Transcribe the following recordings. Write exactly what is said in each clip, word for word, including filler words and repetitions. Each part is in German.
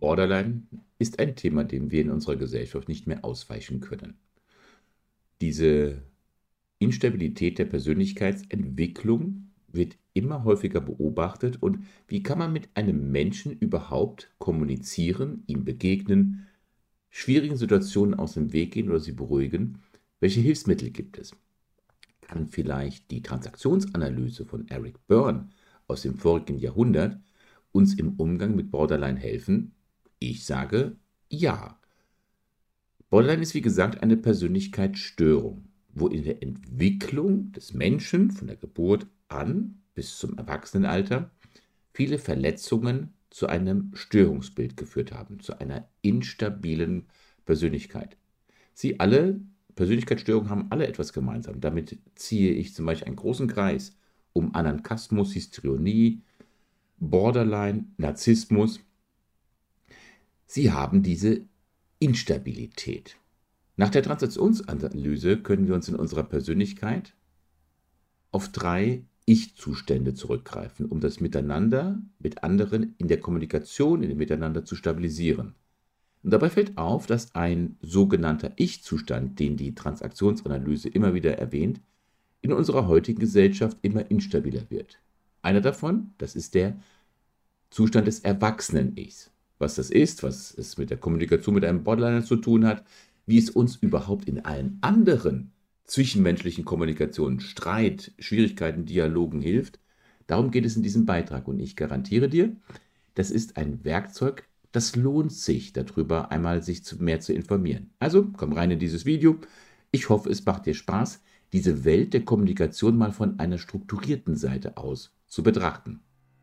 Borderline ist ein Thema, dem wir in unserer Gesellschaft nicht mehr ausweichen können. Diese Instabilität der Persönlichkeitsentwicklung wird immer häufiger beobachtet. Und wie kann man mit einem Menschen überhaupt kommunizieren, ihm begegnen, schwierigen Situationen aus dem Weg gehen oder sie beruhigen? Welche Hilfsmittel gibt es? Kann vielleicht die Transaktionsanalyse von Eric Berne aus dem vorigen Jahrhundert uns im Umgang mit Borderline helfen? Ich sage ja. Borderline ist wie gesagt eine Persönlichkeitsstörung, wo in der Entwicklung des Menschen von der Geburt an bis zum Erwachsenenalter viele Verletzungen zu einem Störungsbild geführt haben, zu einer instabilen Persönlichkeit. Sie alle, Persönlichkeitsstörungen haben alle etwas gemeinsam. Damit ziehe ich zum Beispiel einen großen Kreis um Anankasmus, Histrionie, Borderline, Narzissmus. Sie haben diese Instabilität. Nach der Transaktionsanalyse können wir uns in unserer Persönlichkeit auf drei Ich-Zustände zurückgreifen, um das Miteinander mit anderen in der Kommunikation, in dem Miteinander zu stabilisieren. Und dabei fällt auf, dass ein sogenannter Ich-Zustand, den die Transaktionsanalyse immer wieder erwähnt, in unserer heutigen Gesellschaft immer instabiler wird. Einer davon, das ist der Zustand des Erwachsenen-Ichs. Was das ist, was es mit der Kommunikation mit einem Borderliner zu tun hat, wie es uns überhaupt in allen anderen zwischenmenschlichen Kommunikationen, Streit, Schwierigkeiten, Dialogen hilft. Darum geht es in diesem Beitrag und ich garantiere dir, das ist ein Werkzeug, das lohnt sich, darüber einmal sich mehr zu informieren. Also komm rein in dieses Video. Ich hoffe, es macht dir Spaß, diese Welt der Kommunikation mal von einer strukturierten Seite aus zu betrachten.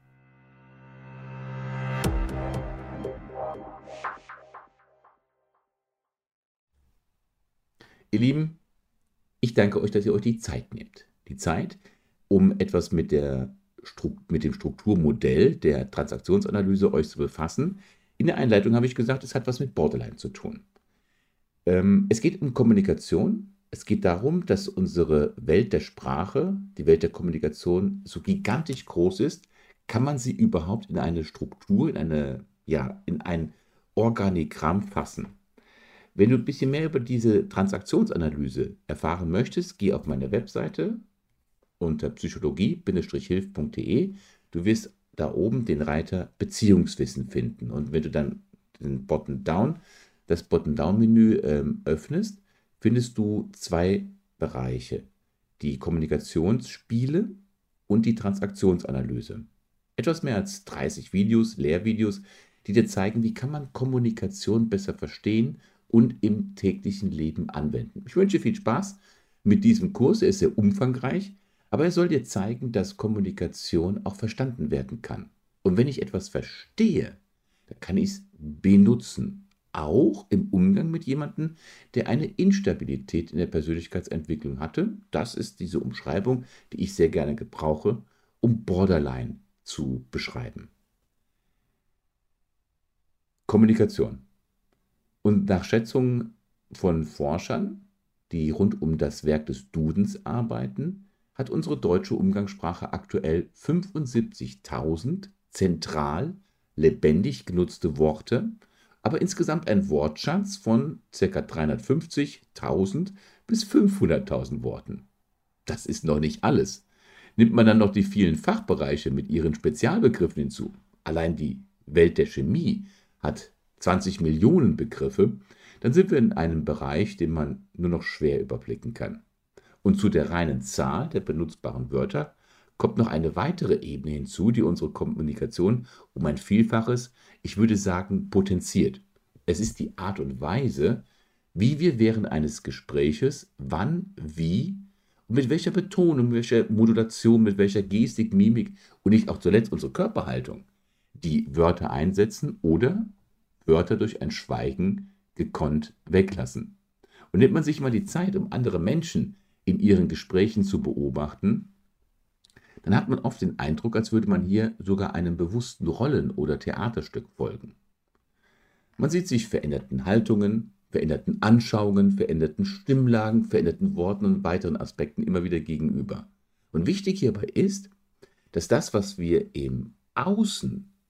Ihr Lieben, ich danke euch, dass ihr euch die Zeit nehmt. Die Zeit, um etwas mit, der, mit dem Strukturmodell der Transaktionsanalyse euch zu befassen. In der Einleitung habe ich gesagt, es hat was mit Borderline zu tun. Ähm, es geht um Kommunikation. Es geht darum, dass unsere Welt der Sprache, die Welt der Kommunikation so gigantisch groß ist, kann man sie überhaupt in eine Struktur, in, eine, ja, in ein Organigramm fassen. Wenn du ein bisschen mehr über diese Transaktionsanalyse erfahren möchtest, geh auf meine Webseite unter psychologie Hilf punkt de. Du wirst da oben den Reiter Beziehungswissen finden. Und wenn du dann den Button Down, das Button Down-Menü ähm, öffnest, findest du zwei Bereiche: die Kommunikationsspiele und die Transaktionsanalyse. Etwas mehr als dreißig Videos, Lehrvideos, die dir zeigen, wie kann man Kommunikation besser verstehen und im täglichen Leben anwenden. Ich wünsche dir viel Spaß mit diesem Kurs. Er ist sehr umfangreich, aber er soll dir zeigen, dass Kommunikation auch verstanden werden kann. Und wenn ich etwas verstehe, dann kann ich es benutzen. Auch im Umgang mit jemandem, der eine Instabilität in der Persönlichkeitsentwicklung hatte. Das ist diese Umschreibung, die ich sehr gerne gebrauche, um Borderline zu beschreiben. Kommunikation. Und nach Schätzungen von Forschern, die rund um das Werk des Dudens arbeiten, hat unsere deutsche Umgangssprache aktuell fünfundsiebzigtausend zentral lebendig genutzte Worte, aber insgesamt ein Wortschatz von ca. dreihundertfünfzigtausend bis fünfhunderttausend Worten. Das ist noch nicht alles. Nimmt man dann noch die vielen Fachbereiche mit ihren Spezialbegriffen hinzu, allein die Welt der Chemie hat zwanzig Millionen Begriffe, dann sind wir in einem Bereich, den man nur noch schwer überblicken kann. Und zu der reinen Zahl der benutzbaren Wörter kommt noch eine weitere Ebene hinzu, die unsere Kommunikation um ein Vielfaches, ich würde sagen, potenziert. Es ist die Art und Weise, wie wir während eines Gespräches, wann, wie und mit welcher Betonung, mit welcher Modulation, mit welcher Gestik, Mimik und nicht auch zuletzt unsere Körperhaltung die Wörter einsetzen oder Wörter durch ein Schweigen gekonnt weglassen. Und nimmt man sich mal die Zeit, um andere Menschen in ihren Gesprächen zu beobachten, dann hat man oft den Eindruck, als würde man hier sogar einem bewussten Rollen- oder Theaterstück folgen. Man sieht sich veränderten Haltungen, veränderten Anschauungen, veränderten Stimmlagen, veränderten Worten und weiteren Aspekten immer wieder gegenüber. Und wichtig hierbei ist, dass das, was wir im Außen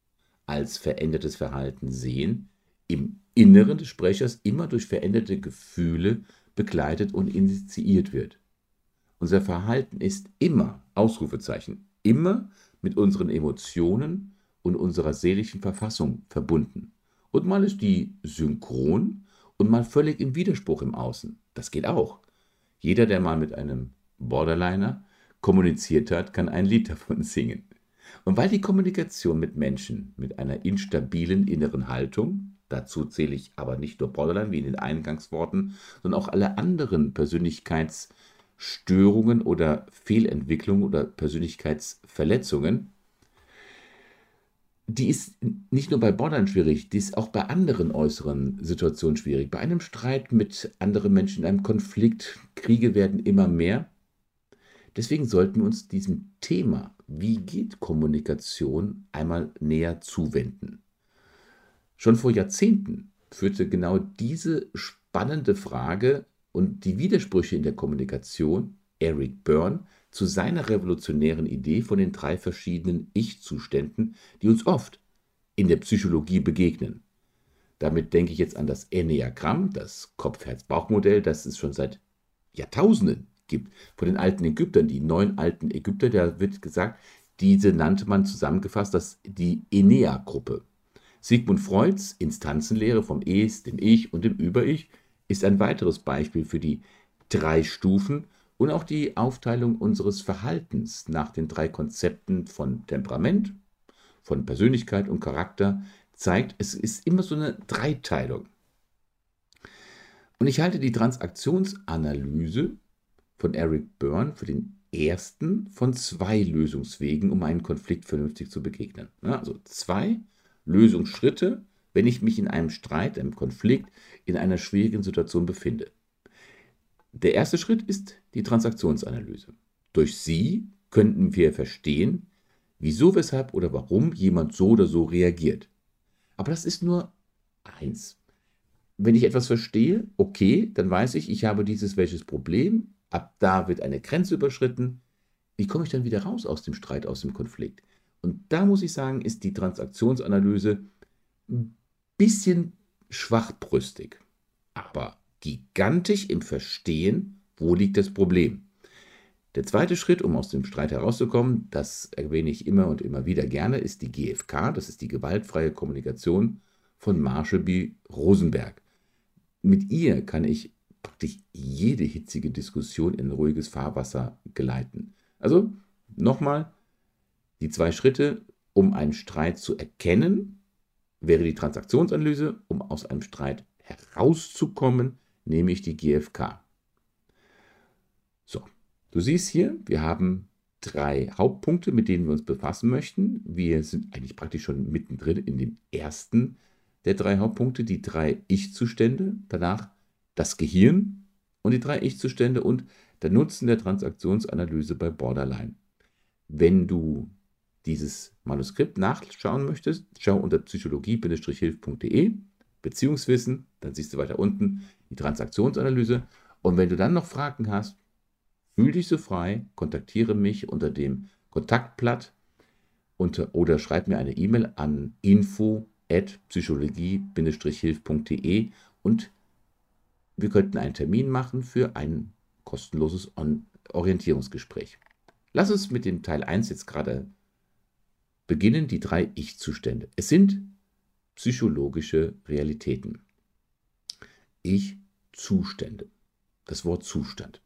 als verändertes Verhalten sehen, im Inneren des Sprechers immer durch veränderte Gefühle begleitet und initiiert wird. Unser Verhalten ist immer, Ausrufezeichen, immer mit unseren Emotionen und unserer seelischen Verfassung verbunden. Und mal ist die synchron und mal völlig im Widerspruch im Außen. Das geht auch. Jeder, der mal mit einem Borderliner kommuniziert hat, kann ein Lied davon singen. Und weil die Kommunikation mit Menschen mit einer instabilen inneren Haltung, dazu zähle ich aber nicht nur Borderline wie in den Eingangsworten, sondern auch alle anderen Persönlichkeitsstörungen oder Fehlentwicklungen oder Persönlichkeitsverletzungen, die ist nicht nur bei Borderline schwierig, die ist auch bei anderen äußeren Situationen schwierig. Bei einem Streit mit anderen Menschen, in einem Konflikt, Kriege werden immer mehr. Deswegen sollten wir uns diesem Thema, wie geht Kommunikation, einmal näher zuwenden. Schon vor Jahrzehnten führte genau diese spannende Frage und die Widersprüche in der Kommunikation Eric Berne zu seiner revolutionären Idee von den drei verschiedenen Ich-Zuständen, die uns oft in der Psychologie begegnen. Damit denke ich jetzt an das Enneagramm, das Kopf-Herz-Bauch-Modell, das es schon seit Jahrtausenden gibt. Von den alten Ägyptern, die neun alten Ägypter, da wird gesagt, diese nannte man zusammengefasst als die Enneagruppe. Sigmund Freuds Instanzenlehre vom Es, dem Ich und dem Über-Ich ist ein weiteres Beispiel für die drei Stufen und auch die Aufteilung unseres Verhaltens nach den drei Konzepten von Temperament, von Persönlichkeit und Charakter zeigt, es ist immer so eine Dreiteilung. Und ich halte die Transaktionsanalyse von Eric Berne für den ersten von zwei Lösungswegen, um einen Konflikt vernünftig zu begegnen. Also zwei Lösungsschritte, wenn ich mich in einem Streit, einem Konflikt, in einer schwierigen Situation befinde. Der erste Schritt ist die Transaktionsanalyse. Durch sie könnten wir verstehen, wieso, weshalb oder warum jemand so oder so reagiert. Aber das ist nur eins. Wenn ich etwas verstehe, okay, dann weiß ich, ich habe dieses welches Problem, ab da wird eine Grenze überschritten. Wie komme ich dann wieder raus aus dem Streit, aus dem Konflikt? Und da muss ich sagen, ist die Transaktionsanalyse ein bisschen schwachbrüstig, aber gigantisch im Verstehen, wo liegt das Problem. Der zweite Schritt, um aus dem Streit herauszukommen, das erwähne ich immer und immer wieder gerne, ist die G F K, das ist die gewaltfreie Kommunikation von Marshall B. Rosenberg. Mit ihr kann ich praktisch jede hitzige Diskussion in ruhiges Fahrwasser geleiten. Also nochmal, die zwei Schritte, um einen Streit zu erkennen, wäre die Transaktionsanalyse, um aus einem Streit herauszukommen, nehme ich die G F K. So, du siehst hier, wir haben drei Hauptpunkte, mit denen wir uns befassen möchten. Wir sind eigentlich praktisch schon mittendrin in dem ersten der drei Hauptpunkte, die drei Ich-Zustände, danach das Gehirn und die drei Ich-Zustände und der Nutzen der Transaktionsanalyse bei Borderline. Wenn du dieses Manuskript nachschauen möchtest, schau unter psychologie Hilf punkt de, Beziehungswissen, dann siehst du weiter unten die Transaktionsanalyse. Und wenn du dann noch Fragen hast, fühl dich so frei, kontaktiere mich unter dem Kontaktblatt unter, oder schreib mir eine E-Mail an info at psychologie Hilf punkt de und wir könnten einen Termin machen für ein kostenloses Orientierungsgespräch. Lass uns mit dem Teil eins jetzt gerade beginnen, die drei Ich-Zustände. Es sind psychologische Realitäten. Ich-Zustände. Das Wort Zustand.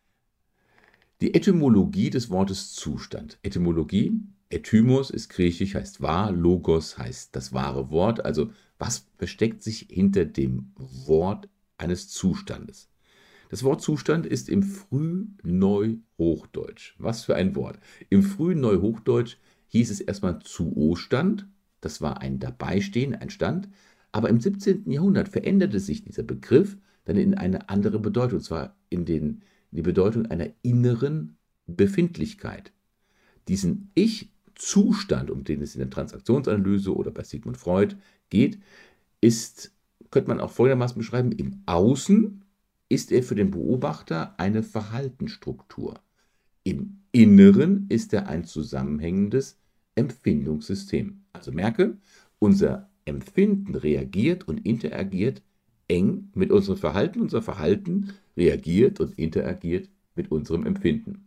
Die Etymologie des Wortes Zustand. Etymologie, Etymos ist griechisch, heißt wahr, Logos heißt das wahre Wort. Also was versteckt sich hinter dem Wort eines Zustandes? Das Wort Zustand ist im Frühneuhochdeutsch. Was für ein Wort. Im Frühneuhochdeutsch hieß es erstmal Zuostand, das war ein Dabeistehen, ein Stand, aber im siebzehnten Jahrhundert veränderte sich dieser Begriff dann in eine andere Bedeutung, und zwar in, den, in die Bedeutung einer inneren Befindlichkeit. Diesen Ich-Zustand, um den es in der Transaktionsanalyse oder bei Sigmund Freud geht, ist, könnte man auch folgendermaßen beschreiben, im Außen ist er für den Beobachter eine Verhaltensstruktur. Im Inneren ist er ein zusammenhängendes Empfindungssystem. Also merke, Unser Empfinden reagiert und interagiert eng mit unserem Verhalten. Unser Verhalten reagiert und interagiert mit unserem Empfinden.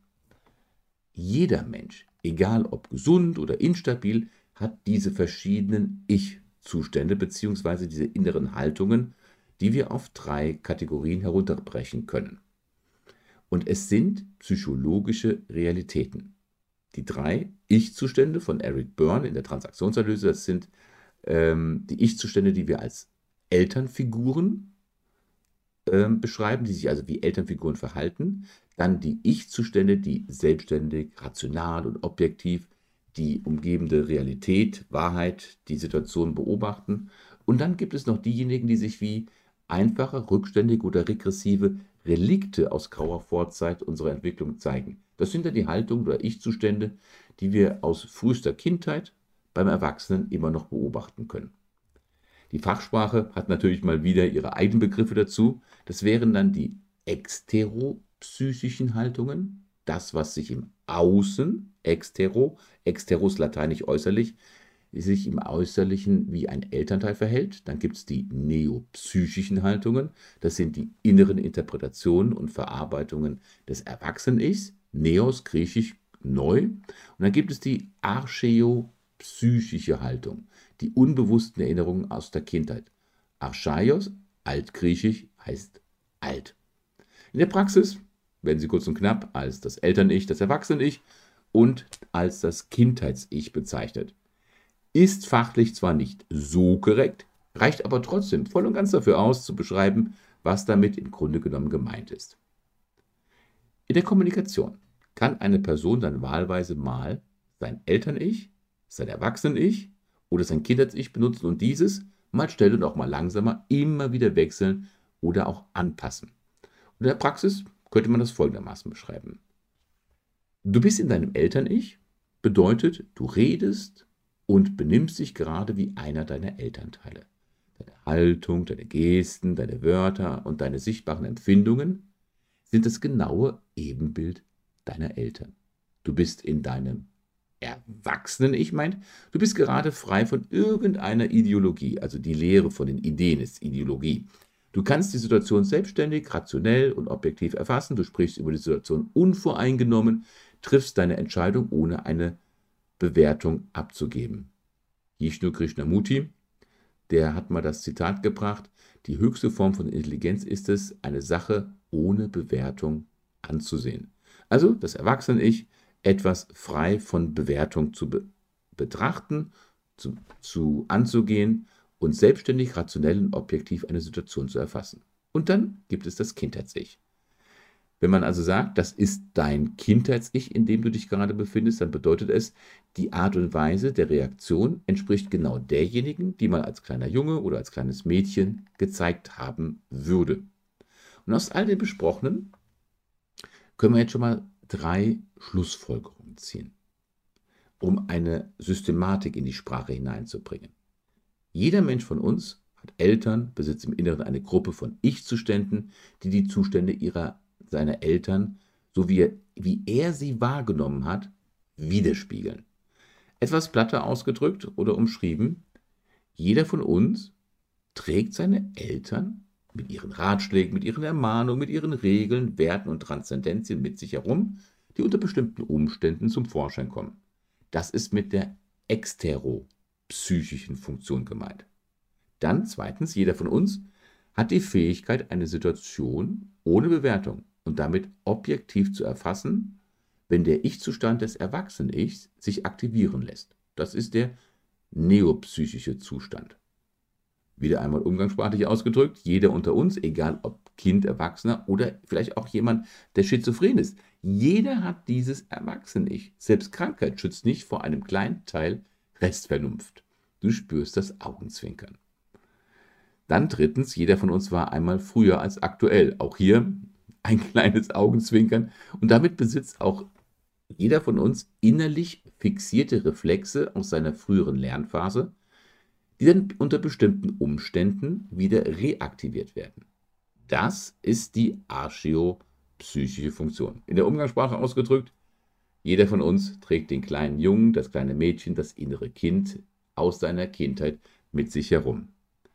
Jeder Mensch, egal ob gesund oder instabil, hat diese verschiedenen Ich-Zustände bzw. diese inneren Haltungen, die wir auf drei Kategorien herunterbrechen können. Und es sind psychologische Realitäten. Die drei Ich-Zustände von Eric Berne in der Transaktionsanalyse, das sind ähm, die Ich-Zustände, die wir als Elternfiguren ähm, beschreiben, die sich also wie Elternfiguren verhalten. Dann die Ich-Zustände, die selbstständig, rational und objektiv die umgebende Realität, Wahrheit, die Situation beobachten. Und dann gibt es noch diejenigen, die sich wie einfache, rückständige oder regressive Relikte aus grauer Vorzeit unserer Entwicklung zeigen. Das sind dann die Haltungen oder Ich-Zustände, die wir aus frühester Kindheit beim Erwachsenen immer noch beobachten können. Die Fachsprache hat natürlich mal wieder ihre eigenen Begriffe dazu. Das wären dann die exteropsychischen Haltungen, das, was sich im Außen, extero, exteros lateinisch äußerlich, sich im Äußerlichen wie ein Elternteil verhält. Dann gibt es die neopsychischen Haltungen, das sind die inneren Interpretationen und Verarbeitungen des Erwachsenen-Ichs, Neos, griechisch neu. Und dann gibt es die archäopsychische Haltung, die unbewussten Erinnerungen aus der Kindheit. Archaios, altgriechisch, heißt alt. In der Praxis werden sie kurz und knapp als das Eltern-Ich, das Erwachsenen-Ich und als das Kindheits-Ich bezeichnet. Ist fachlich zwar nicht so korrekt, reicht aber trotzdem voll und ganz dafür aus, zu beschreiben, was damit im Grunde genommen gemeint ist. In der Kommunikation kann eine Person dann wahlweise mal sein Eltern-Ich, sein Erwachsenen-Ich oder sein Kindheits-Ich benutzen und dieses mal schnell und auch mal langsamer immer wieder wechseln oder auch anpassen. Und in der Praxis könnte man das folgendermaßen beschreiben. Du bist in deinem Eltern-Ich, bedeutet, du redest und benimmst dich gerade wie einer deiner Elternteile. Deine Haltung, deine Gesten, deine Wörter und deine sichtbaren Empfindungen sind das genaue Ebenbild deiner Eltern. Du bist in deinem Erwachsenen-Ich, meint, du bist gerade frei von irgendeiner Ideologie, also die Lehre von den Ideen ist Ideologie. Du kannst die Situation selbstständig, rationell und objektiv erfassen, du sprichst über die Situation unvoreingenommen, triffst deine Entscheidung ohne eine Bewertung abzugeben. Jishnu Krishnamurti, der hat mal das Zitat gebracht, die höchste Form von Intelligenz ist es, eine Sache ohne Bewertung anzusehen. Also das Erwachsene-Ich, etwas frei von Bewertung zu be betrachten, zu, zu anzugehen und selbstständig, rationell und objektiv eine Situation zu erfassen. Und dann gibt es das Kindheits-Ich. Wenn man also sagt, das ist dein Kindheits-Ich, in dem du dich gerade befindest, dann bedeutet es, die Art und Weise der Reaktion entspricht genau derjenigen, die man als kleiner Junge oder als kleines Mädchen gezeigt haben würde. Und aus all dem Besprochenen können wir jetzt schon mal drei Schlussfolgerungen ziehen, um eine Systematik in die Sprache hineinzubringen. Jeder Mensch von uns hat Eltern, besitzt im Inneren eine Gruppe von Ich-Zuständen, die die Zustände ihrer seine Eltern, so wie er, wie er sie wahrgenommen hat, widerspiegeln. Etwas platter ausgedrückt oder umschrieben, jeder von uns trägt seine Eltern mit ihren Ratschlägen, mit ihren Ermahnungen, mit ihren Regeln, Werten und Transzendenzien mit sich herum, die unter bestimmten Umständen zum Vorschein kommen. Das ist mit der exteropsychischen Funktion gemeint. Dann zweitens, jeder von uns hat die Fähigkeit, eine Situation ohne Bewertung und damit objektiv zu erfassen, wenn der Ich-Zustand des Erwachsenen-Ichs sich aktivieren lässt. Das ist der neopsychische Zustand. Wieder einmal umgangssprachlich ausgedrückt, jeder unter uns, egal ob Kind, Erwachsener oder vielleicht auch jemand, der schizophren ist, jeder hat dieses Erwachsenen-Ich. Selbst Krankheit schützt nicht vor einem kleinen Teil Restvernunft. Du spürst das Augenzwinkern. Dann drittens, jeder von uns war einmal früher als aktuell. Auch hier ein kleines Augenzwinkern. Und damit besitzt auch jeder von uns innerlich fixierte Reflexe aus seiner früheren Lernphase, die dann unter bestimmten Umständen wieder reaktiviert werden. Das ist die archäopsychische Funktion. In der Umgangssprache ausgedrückt, jeder von uns trägt den kleinen Jungen, das kleine Mädchen, das innere Kind aus seiner Kindheit mit sich herum.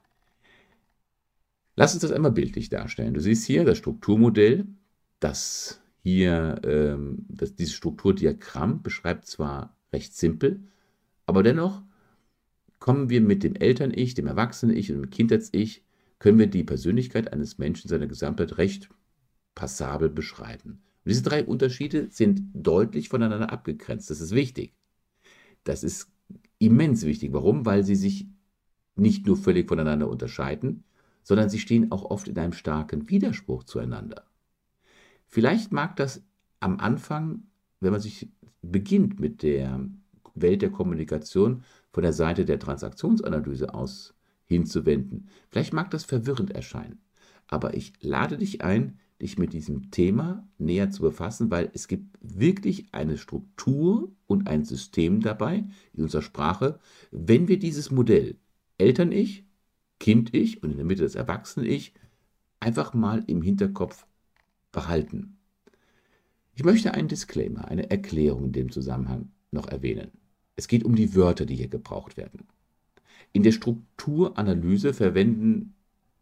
Lass uns das einmal bildlich darstellen. Du siehst hier das Strukturmodell, das hier, ähm, das, dieses Strukturdiagramm beschreibt zwar recht simpel, aber dennoch kommen wir mit dem Eltern-Ich, dem Erwachsenen-Ich und dem Kindheits-Ich, können wir die Persönlichkeit eines Menschen in seiner Gesamtheit recht passabel beschreiben. Und diese drei Unterschiede sind deutlich voneinander abgegrenzt. Das ist wichtig. Das ist immens wichtig. Warum? Weil sie sich nicht nur völlig voneinander unterscheiden, sondern sie stehen auch oft in einem starken Widerspruch zueinander. Vielleicht mag das am Anfang, wenn man sich beginnt mit der Welt der Kommunikation von der Seite der Transaktionsanalyse aus hinzuwenden, vielleicht mag das verwirrend erscheinen. Aber ich lade dich ein, dich mit diesem Thema näher zu befassen, weil es gibt wirklich eine Struktur und ein System dabei in unserer Sprache, wenn wir dieses Modell Eltern-Ich, Kind-Ich und in der Mitte das Erwachsenen-Ich einfach mal im Hinterkopf behalten. Ich möchte einen Disclaimer, eine Erklärung in dem Zusammenhang noch erwähnen. Es geht um die Wörter, die hier gebraucht werden. In der Strukturanalyse verwenden,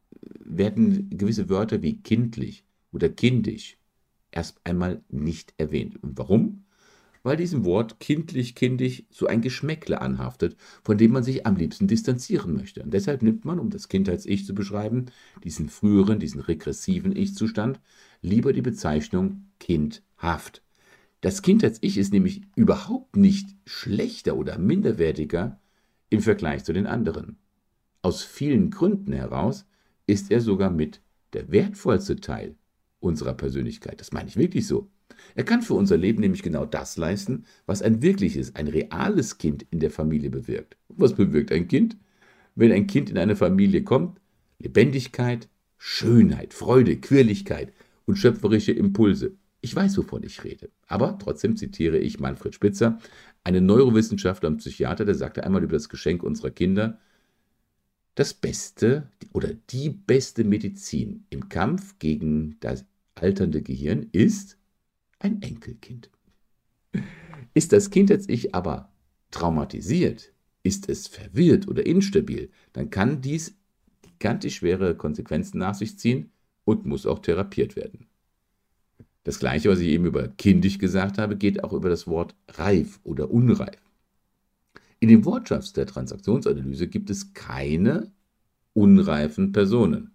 werden gewisse Wörter wie kindlich oder kindisch erst einmal nicht erwähnt. Und warum? Weil diesem Wort kindlich, kindisch so ein Geschmäckle anhaftet, von dem man sich am liebsten distanzieren möchte. Und deshalb nimmt man, um das Kindheits-Ich zu beschreiben, diesen früheren, diesen regressiven Ich-Zustand, lieber die Bezeichnung kindhaft. Das Kindheits-Ich ist nämlich überhaupt nicht schlechter oder minderwertiger im Vergleich zu den anderen. Aus vielen Gründen heraus ist er sogar mit der wertvollste Teil unserer Persönlichkeit. Das meine ich wirklich so. Er kann für unser Leben nämlich genau das leisten, was ein wirkliches, ein reales Kind in der Familie bewirkt. Und was bewirkt ein Kind? Wenn ein Kind in eine Familie kommt, Lebendigkeit, Schönheit, Freude, Quirligkeit und schöpferische Impulse. Ich weiß, wovon ich rede. Aber trotzdem zitiere ich Manfred Spitzer, einen Neurowissenschaftler und Psychiater, der sagte einmal über das Geschenk unserer Kinder: Das beste oder die beste Medizin im Kampf gegen das alternde Gehirn ist ein Enkelkind. Ist das Kindheits-Ich aber traumatisiert, ist es verwirrt oder instabil, dann kann dies gigantisch schwere Konsequenzen nach sich ziehen und muss auch therapiert werden. Das Gleiche, was ich eben über kindisch gesagt habe, geht auch über das Wort reif oder unreif. In dem Wortschatz der Transaktionsanalyse gibt es keine unreifen Personen.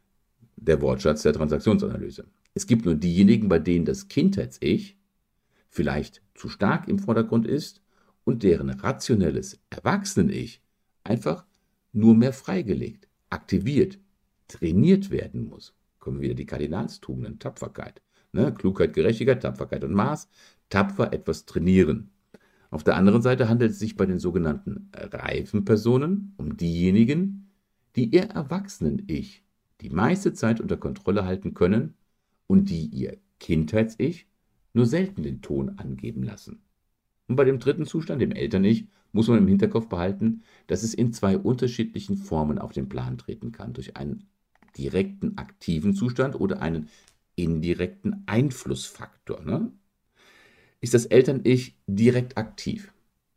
Der Wortschatz der Transaktionsanalyse. Es gibt nur diejenigen, bei denen das Kindheits-Ich vielleicht zu stark im Vordergrund ist und deren rationelles Erwachsenen-Ich einfach nur mehr freigelegt, aktiviert, trainiert werden muss. Kommen wieder die Kardinalstugenden, Tapferkeit. Ne? Klugheit, Gerechtigkeit, Tapferkeit und Maß. Tapfer etwas trainieren. Auf der anderen Seite handelt es sich bei den sogenannten reifen Personen um diejenigen, die ihr Erwachsenen-Ich die meiste Zeit unter Kontrolle halten können und die ihr Kindheits-Ich nur selten den Ton angeben lassen. Und bei dem dritten Zustand, dem Eltern-Ich, muss man im Hinterkopf behalten, dass es in zwei unterschiedlichen Formen auf den Plan treten kann. Durch einen direkten aktiven Zustand oder einen indirekten Einflussfaktor. Ne? Ist das Eltern-Ich direkt aktiv,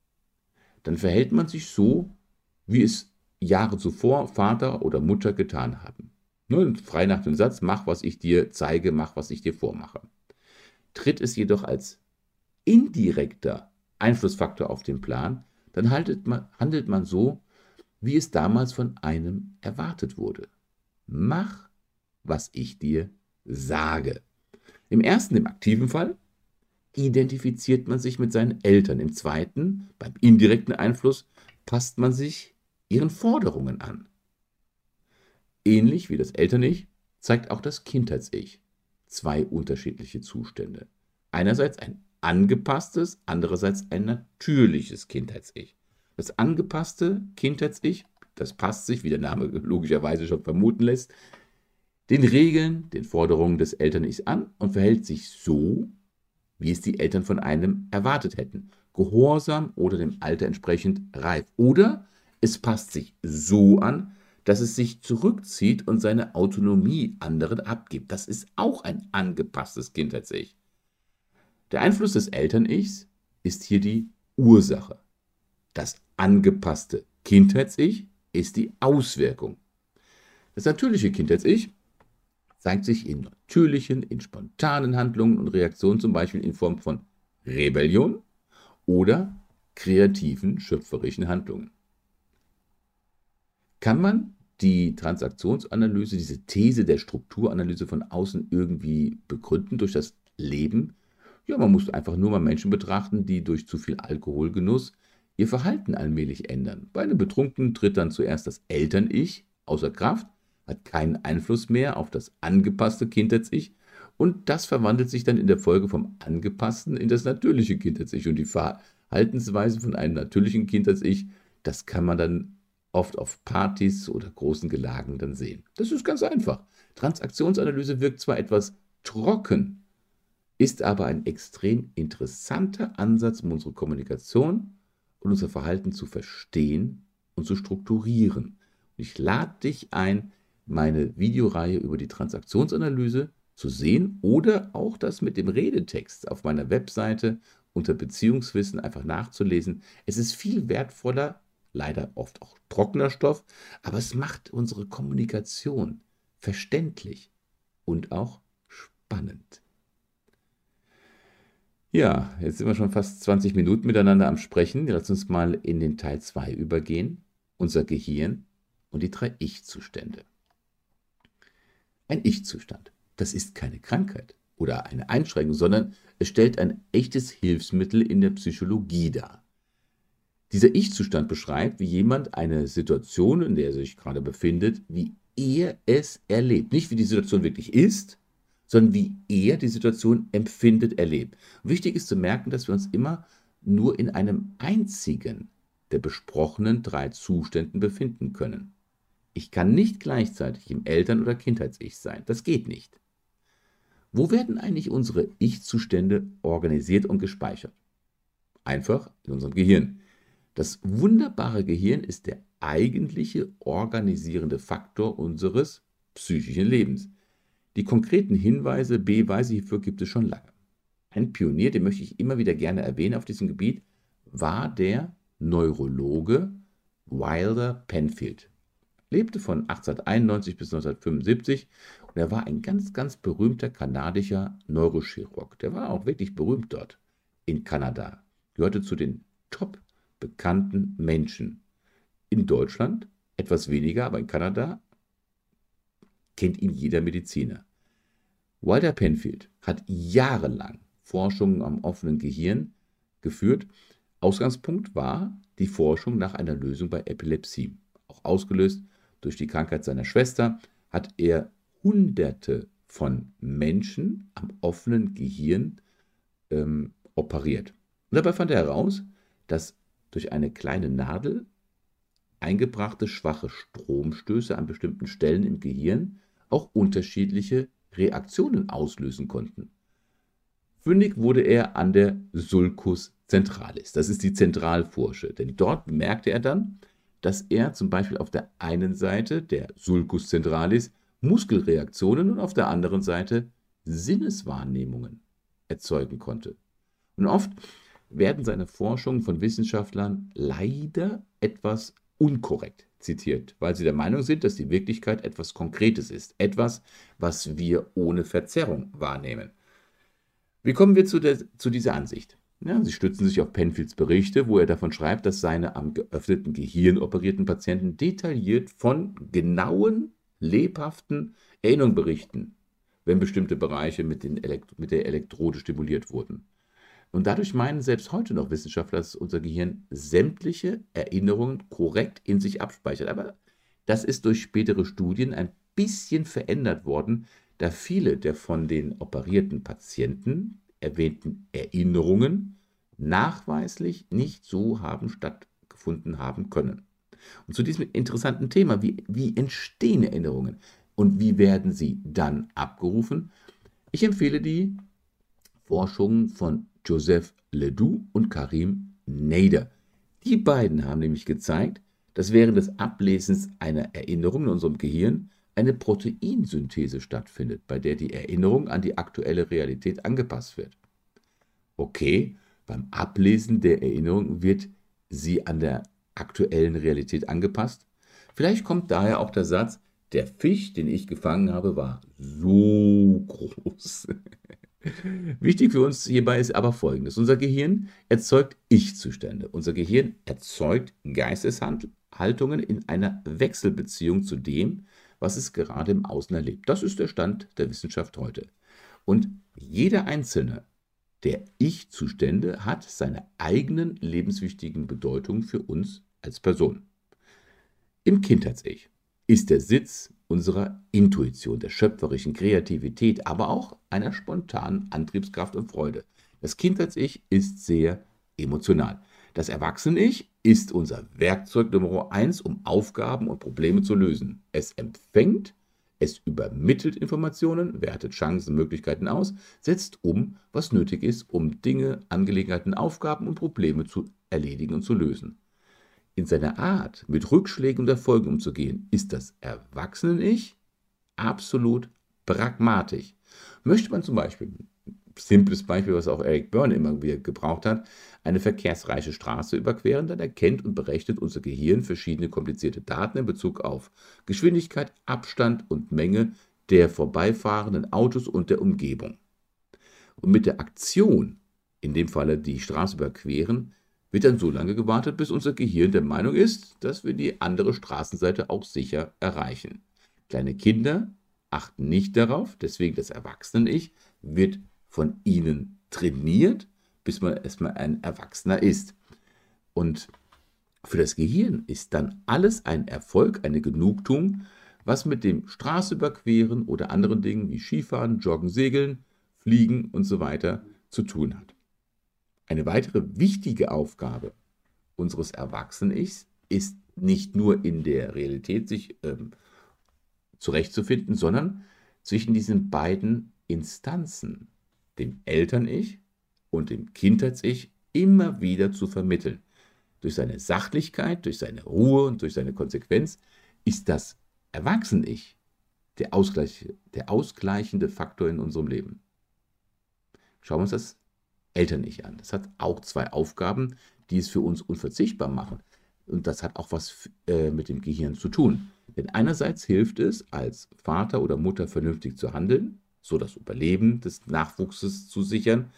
dann verhält man sich so, wie es Jahre zuvor Vater oder Mutter getan haben. Ne? Frei nach dem Satz: Mach, was ich dir zeige, mach, was ich dir vormache. Tritt es jedoch als indirekter Einflussfaktor auf den Plan, dann man, handelt man so, wie es damals von einem erwartet wurde. Mach, was ich dir sage. Im ersten, im aktiven Fall, identifiziert man sich mit seinen Eltern. Im zweiten, beim indirekten Einfluss, passt man sich ihren Forderungen an. Ähnlich wie das Eltern-Ich zeigt auch das Kindheits-Ich zwei unterschiedliche Zustände. Einerseits ein angepasstes, andererseits ein natürliches Kindheits-Ich. Das angepasste Kindheits-Ich, das passt sich, wie der Name logischerweise schon vermuten lässt, den Regeln, den Forderungen des Eltern-Ichs an und verhält sich so, wie es die Eltern von einem erwartet hätten. Gehorsam oder dem Alter entsprechend reif. Oder es passt sich so an, dass es sich zurückzieht und seine Autonomie anderen abgibt. Das ist auch ein angepasstes Kindheits-Ich. Der Einfluss des Eltern-Ichs ist hier die Ursache. Das angepasste Kindheits-Ich ist die Auswirkung. Das natürliche Kindheits-Ich zeigt sich in natürlichen, in spontanen Handlungen und Reaktionen, zum Beispiel in Form von Rebellion oder kreativen, schöpferischen Handlungen. Kann man die Transaktionsanalyse, diese These der Strukturanalyse von außen irgendwie begründen durch das Leben? Ja, man muss einfach nur mal Menschen betrachten, die durch zu viel Alkoholgenuss ihr Verhalten allmählich ändern. Bei einem Betrunkenen tritt dann zuerst das Eltern-Ich außer Kraft, hat keinen Einfluss mehr auf das angepasste Kindheits-Ich und das verwandelt sich dann in der Folge vom angepassten in das natürliche Kindheits-Ich. Und die Verhaltensweise von einem natürlichen Kindheits-Ich, das kann man dann oft auf Partys oder großen Gelagen dann sehen. Das ist ganz einfach. Transaktionsanalyse wirkt zwar etwas trocken, ist aber ein extrem interessanter Ansatz, um unsere Kommunikation und unser Verhalten zu verstehen und zu strukturieren. Ich lade dich ein, meine Videoreihe über die Transaktionsanalyse zu sehen oder auch das mit dem Redetext auf meiner Webseite unter Beziehungswissen einfach nachzulesen. Es ist viel wertvoller, leider oft auch trockener Stoff, aber es macht unsere Kommunikation verständlich und auch spannend. Ja, jetzt sind wir schon fast zwanzig Minuten miteinander am Sprechen. Lass uns mal in den Teil zwei übergehen. Unser Gehirn und die drei Ich-Zustände. Ein Ich-Zustand, das ist keine Krankheit oder eine Einschränkung, sondern es stellt ein echtes Hilfsmittel in der Psychologie dar. Dieser Ich-Zustand beschreibt, wie jemand eine Situation, in der er sich gerade befindet, wie er es erlebt. Nicht wie die Situation wirklich ist, sondern wie er die Situation empfindet, erlebt. Wichtig ist zu merken, dass wir uns immer nur in einem einzigen der besprochenen drei Zuständen befinden können. Ich kann nicht gleichzeitig im Eltern- oder Kindheits-Ich sein. Das geht nicht. Wo werden eigentlich unsere Ich-Zustände organisiert und gespeichert? Einfach in unserem Gehirn. Das wunderbare Gehirn ist der eigentliche organisierende Faktor unseres psychischen Lebens. Die konkreten Hinweise, Beweise hierfür gibt es schon lange. Ein Pionier, den möchte ich immer wieder gerne erwähnen auf diesem Gebiet, war der Neurologe Wilder Penfield. Lebte von achtzehnhunderteinundneunzig bis neunzehnhundertfünfundsiebzig und er war ein ganz, ganz berühmter kanadischer Neurochirurg. Der war auch wirklich berühmt dort in Kanada. Gehörte zu den top bekannten Menschen. In Deutschland etwas weniger, aber in Kanada kennt ihn jeder Mediziner. Wilder Penfield hat jahrelang Forschungen am offenen Gehirn geführt. Ausgangspunkt war die Forschung nach einer Lösung bei Epilepsie. Auch ausgelöst durch die Krankheit seiner Schwester hat er Hunderte von Menschen am offenen Gehirn ähm, operiert. Und dabei fand er heraus, dass durch eine kleine Nadel eingebrachte schwache Stromstöße an bestimmten Stellen im Gehirn auch unterschiedliche Reaktionen auslösen konnten. Fündig wurde er an der Sulcus centralis. Das ist die Zentralforsche, denn dort bemerkte er dann, dass er zum Beispiel auf der einen Seite der Sulcus centralis Muskelreaktionen und auf der anderen Seite Sinneswahrnehmungen erzeugen konnte. Und oft werden seine Forschungen von Wissenschaftlern leider etwas unkorrekt zitiert, weil sie der Meinung sind, dass die Wirklichkeit etwas Konkretes ist, etwas, was wir ohne Verzerrung wahrnehmen. Wie kommen wir zu, der, zu dieser Ansicht? Ja, sie stützen sich auf Penfields Berichte, wo er davon schreibt, dass seine am geöffneten Gehirn operierten Patienten detailliert von genauen, lebhaften Erinnerungen berichten, wenn bestimmte Bereiche mit, den Elektro- mit der Elektrode stimuliert wurden. Und dadurch meinen selbst heute noch Wissenschaftler, dass unser Gehirn sämtliche Erinnerungen korrekt in sich abspeichert. Aber das ist durch spätere Studien ein bisschen verändert worden, da viele der von den operierten Patienten erwähnten Erinnerungen nachweislich nicht so haben stattgefunden haben können. Und zu diesem interessanten Thema, wie, wie entstehen Erinnerungen und wie werden sie dann abgerufen? Ich empfehle die Forschungen von Joseph Ledoux und Karim Nader. Die beiden haben nämlich gezeigt, dass während des Ablesens einer Erinnerung in unserem Gehirn eine Proteinsynthese stattfindet, bei der die Erinnerung an die aktuelle Realität angepasst wird. Okay, beim Ablesen der Erinnerung wird sie an der aktuellen Realität angepasst? Vielleicht kommt daher auch der Satz, der Fisch, den ich gefangen habe, war so groß. Wichtig für uns hierbei ist aber Folgendes. Unser Gehirn erzeugt Ich-Zustände. Unser Gehirn erzeugt Geisteshaltungen in einer Wechselbeziehung zu dem, was es gerade im Außen erlebt. Das ist der Stand der Wissenschaft heute. Und jeder einzelne der Ich-Zustände hat seine eigenen lebenswichtigen Bedeutungen für uns als Person. Im Kindheits-Ich ist der Sitz unserer Intuition, der schöpferischen Kreativität, aber auch einer spontanen Antriebskraft und Freude. Das Kindheits-Ich ist sehr emotional. Das Erwachsene-Ich ist unser Werkzeug Nummer eins, um Aufgaben und Probleme zu lösen. Es empfängt, es übermittelt Informationen, wertet Chancen, Möglichkeiten aus, setzt um, was nötig ist, um Dinge, Angelegenheiten, Aufgaben und Probleme zu erledigen und zu lösen. In seiner Art, mit Rückschlägen und Erfolgen umzugehen, ist das Erwachsenen-Ich absolut pragmatisch. Möchte man zum Beispiel, ein simples Beispiel, was auch Eric Berne immer wieder gebraucht hat, eine verkehrsreiche Straße überqueren, dann erkennt und berechnet unser Gehirn verschiedene komplizierte Daten in Bezug auf Geschwindigkeit, Abstand und Menge der vorbeifahrenden Autos und der Umgebung. Und mit der Aktion, in dem Falle die Straße überqueren, wird dann so lange gewartet, bis unser Gehirn der Meinung ist, dass wir die andere Straßenseite auch sicher erreichen. Kleine Kinder achten nicht darauf, deswegen das Erwachsenen-Ich wird von ihnen trainiert, bis man erstmal ein Erwachsener ist. Und für das Gehirn ist dann alles ein Erfolg, eine Genugtuung, was mit dem Straße überqueren oder anderen Dingen wie Skifahren, Joggen, Segeln, Fliegen und so weiter zu tun hat. Eine weitere wichtige Aufgabe unseres Erwachsenen-Ichs ist nicht nur in der Realität sich ähm, zurechtzufinden, sondern zwischen diesen beiden Instanzen, dem Eltern-Ich und dem Kindheits-Ich, immer wieder zu vermitteln. Durch seine Sachlichkeit, durch seine Ruhe und durch seine Konsequenz ist das Erwachsenen-Ich der, Ausgleich, der ausgleichende Faktor in unserem Leben. Schauen wir uns das Eltern-Ich an. Das hat auch zwei Aufgaben, die es für uns unverzichtbar machen. Und das hat auch was äh, mit dem Gehirn zu tun. Denn einerseits hilft es, als Vater oder Mutter vernünftig zu handeln, so das Überleben des Nachwuchses zu sichern.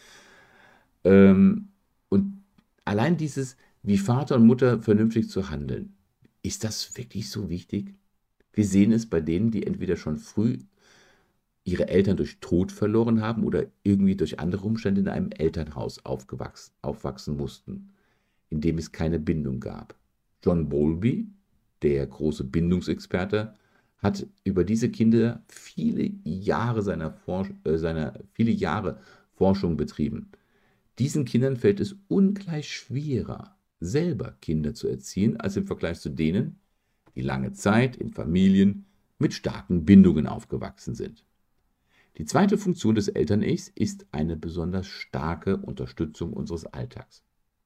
Ähm, und allein dieses, wie Vater und Mutter vernünftig zu handeln, ist das wirklich so wichtig? Wir sehen es bei denen, die entweder schon früh ihre Eltern durch Tod verloren haben oder irgendwie durch andere Umstände in einem Elternhaus aufgewachsen, aufwachsen mussten, in dem es keine Bindung gab. John Bowlby, der große Bindungsexperte, hat über diese Kinder viele Jahre seiner, Forsch- äh, seiner viele Jahre Forschung betrieben. Diesen Kindern fällt es ungleich schwerer, selber Kinder zu erziehen, als im Vergleich zu denen, die lange Zeit in Familien mit starken Bindungen aufgewachsen sind. Die zweite Funktion des Eltern-Ichs ist eine besonders starke Unterstützung unseres Alltags.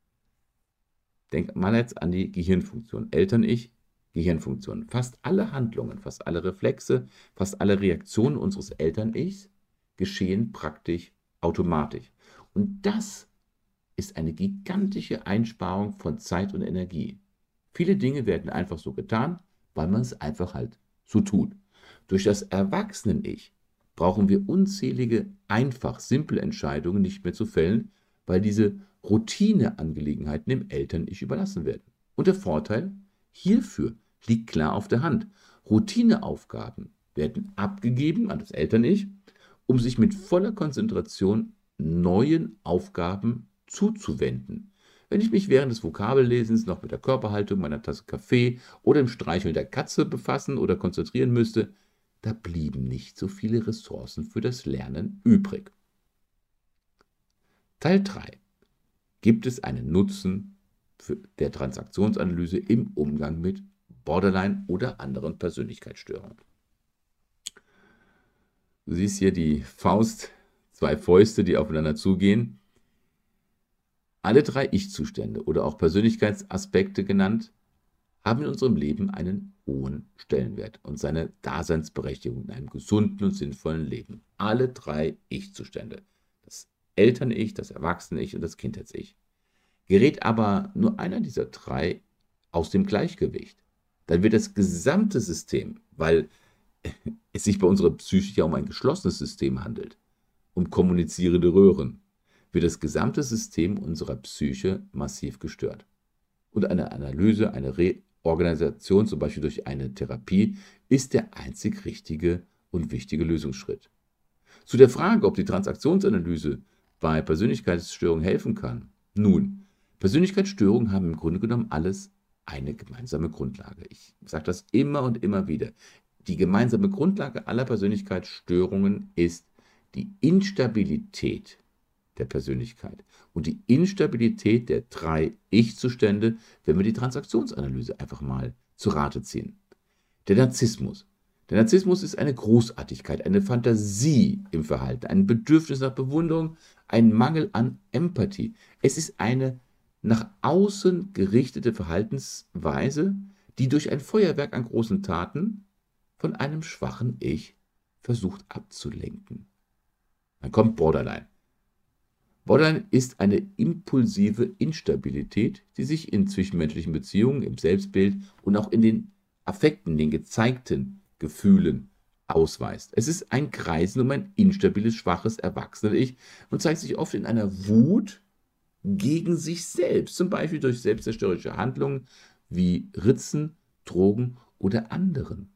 Denk mal jetzt an die Gehirnfunktion. Eltern-Ich, Gehirnfunktion. Fast alle Handlungen, fast alle Reflexe, fast alle Reaktionen unseres Eltern-Ichs geschehen praktisch automatisch. Und das ist eine gigantische Einsparung von Zeit und Energie. Viele Dinge werden einfach so getan, weil man es einfach halt so tut. Durch das Erwachsenen-Ich brauchen wir unzählige, einfach, simple Entscheidungen nicht mehr zu fällen, weil diese Routineangelegenheiten dem Eltern-Ich überlassen werden. Und der Vorteil hierfür liegt klar auf der Hand. Routineaufgaben werden abgegeben an das Eltern-Ich, um sich mit voller Konzentration neuen Aufgaben zuzuwenden. Wenn ich mich während des Vokabellesens noch mit der Körperhaltung meiner Tasse Kaffee oder dem Streicheln der Katze befassen oder konzentrieren müsste, da blieben nicht so viele Ressourcen für das Lernen übrig. Teil drei. Gibt es einen Nutzen für der Transaktionsanalyse im Umgang mit Borderline oder anderen Persönlichkeitsstörungen? Du siehst hier die Faust, zwei Fäuste, die aufeinander zugehen. Alle drei Ich-Zustände oder auch Persönlichkeitsaspekte genannt, haben in unserem Leben einen hohen Stellenwert und seine Daseinsberechtigung in einem gesunden und sinnvollen Leben. Alle drei Ich-Zustände. Das Eltern-Ich, das Erwachsene-Ich und das Kindheits-Ich. Gerät aber nur einer dieser drei aus dem Gleichgewicht, dann wird das gesamte System, weil es sich bei unserer Psyche ja um ein geschlossenes System handelt, um kommunizierende Röhren, wird das gesamte System unserer Psyche massiv gestört. Und eine Analyse, eine Reorganisation, zum Beispiel durch eine Therapie, ist der einzig richtige und wichtige Lösungsschritt. Zu der Frage, ob die Transaktionsanalyse bei Persönlichkeitsstörungen helfen kann. Nun, Persönlichkeitsstörungen haben im Grunde genommen alles eine gemeinsame Grundlage. Ich sage das immer und immer wieder. Die gemeinsame Grundlage aller Persönlichkeitsstörungen ist die Instabilität der Persönlichkeit und die Instabilität der drei Ich-Zustände, wenn wir die Transaktionsanalyse einfach mal zu Rate ziehen. Der Narzissmus. Der Narzissmus ist eine Großartigkeit, eine Fantasie im Verhalten, ein Bedürfnis nach Bewunderung, ein Mangel an Empathie. Es ist eine nach außen gerichtete Verhaltensweise, die durch ein Feuerwerk an großen Taten von einem schwachen Ich versucht abzulenken. Dann kommt Borderline. Borderline ist eine impulsive Instabilität, die sich in zwischenmenschlichen Beziehungen, im Selbstbild und auch in den Affekten, den gezeigten Gefühlen ausweist. Es ist ein Kreisen um ein instabiles, schwaches Erwachsene-Ich und zeigt sich oft in einer Wut gegen sich selbst, zum Beispiel durch selbstzerstörerische Handlungen wie Ritzen, Drogen oder anderen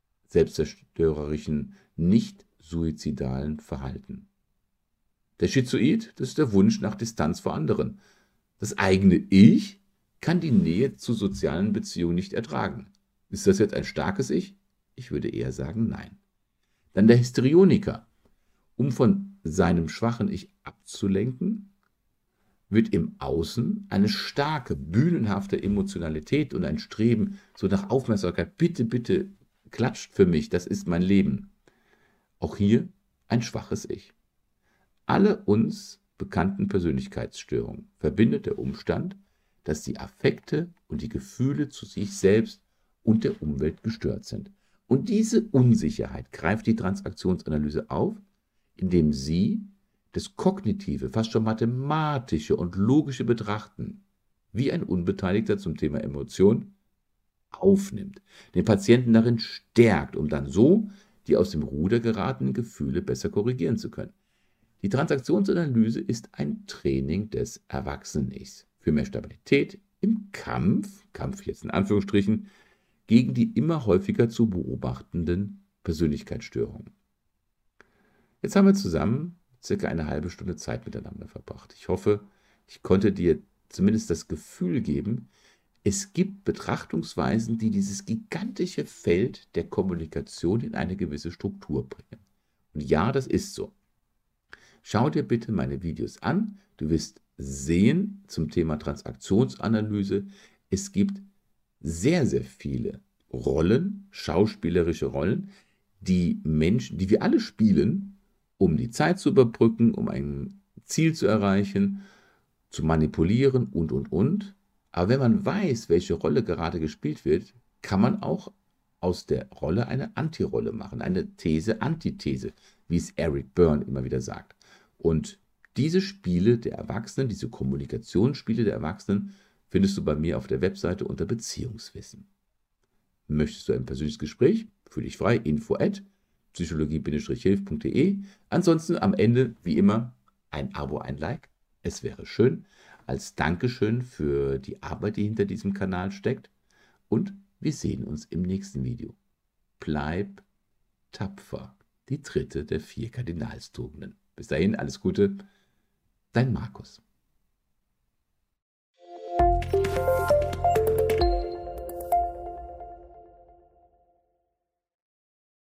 selbstzerstörerischen, nicht suizidalen Verhalten. Der Schizoid, das ist der Wunsch nach Distanz vor anderen. Das eigene Ich kann die Nähe zu sozialen Beziehungen nicht ertragen. Ist das jetzt ein starkes Ich? Ich würde eher sagen, nein. Dann der Histrioniker. Um von seinem schwachen Ich abzulenken, wird im Außen eine starke, bühnenhafte Emotionalität und ein Streben so nach Aufmerksamkeit. Bitte, bitte, klatscht für mich, das ist mein Leben. Auch hier ein schwaches Ich. Alle uns bekannten Persönlichkeitsstörungen verbindet der Umstand, dass die Affekte und die Gefühle zu sich selbst und der Umwelt gestört sind. Und diese Unsicherheit greift die Transaktionsanalyse auf, indem sie das kognitive, fast schon mathematische und logische Betrachten wie ein Unbeteiligter zum Thema Emotion aufnimmt, den Patienten darin stärkt, um dann so die aus dem Ruder geratenen Gefühle besser korrigieren zu können. Die Transaktionsanalyse ist ein Training des Erwachsenen-Ichs für mehr Stabilität im Kampf, Kampf jetzt in Anführungsstrichen, gegen die immer häufiger zu beobachtenden Persönlichkeitsstörungen. Jetzt haben wir zusammen circa eine halbe Stunde Zeit miteinander verbracht. Ich hoffe, ich konnte dir zumindest das Gefühl geben, es gibt Betrachtungsweisen, die dieses gigantische Feld der Kommunikation in eine gewisse Struktur bringen. Und ja, das ist so. Schau dir bitte meine Videos an. Du wirst sehen zum Thema Transaktionsanalyse, es gibt sehr, sehr viele Rollen, schauspielerische Rollen, die Menschen, die wir alle spielen, um die Zeit zu überbrücken, um ein Ziel zu erreichen, zu manipulieren und, und, und. Aber wenn man weiß, welche Rolle gerade gespielt wird, kann man auch aus der Rolle eine Antirolle machen, eine These, Antithese, wie es Eric Berne immer wieder sagt. Und diese Spiele der Erwachsenen, diese Kommunikationsspiele der Erwachsenen, findest du bei mir auf der Webseite unter Beziehungswissen. Möchtest du ein persönliches Gespräch? Fühl dich frei, info at psychologie Bindestrich hilf punkt de. Ansonsten am Ende, wie immer, ein Abo, ein Like. Es wäre schön, als Dankeschön für die Arbeit, die hinter diesem Kanal steckt. Und wir sehen uns im nächsten Video. Bleib tapfer. Die dritte der vier Kardinalstugenden. Bis dahin, alles Gute. Dein Markus.